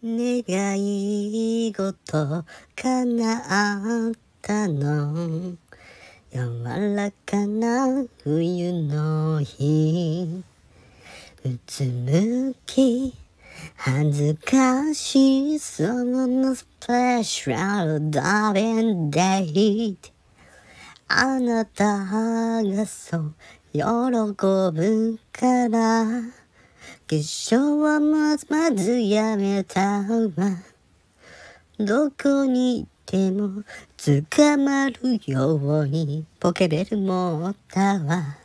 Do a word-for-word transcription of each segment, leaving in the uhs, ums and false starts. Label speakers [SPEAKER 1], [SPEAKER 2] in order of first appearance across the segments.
[SPEAKER 1] 願い事叶ったの、柔らかな冬の日、うつむき恥ずかしそうなスペシャルダービンデイ、あなたがそう喜ぶから化粧はまずまずやめたわ。どこにいても捕まるようにポケベル持ったわ。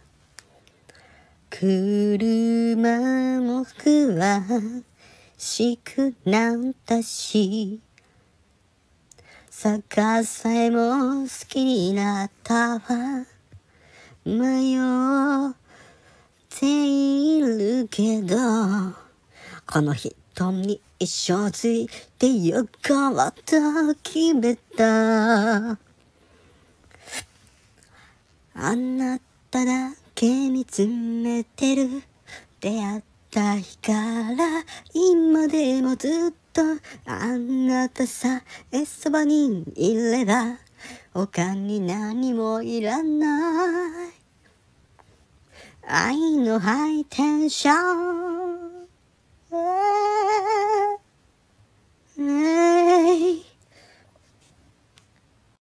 [SPEAKER 1] 車も詳しくなったし、サッカーさえも好きになったわ。迷っているけどこの人に一生ついて行こうと決めた。あなただけ見つめてる、出会った日から今でもずっとあなたさえそばにいれば他に何もいらない。愛のハイテンション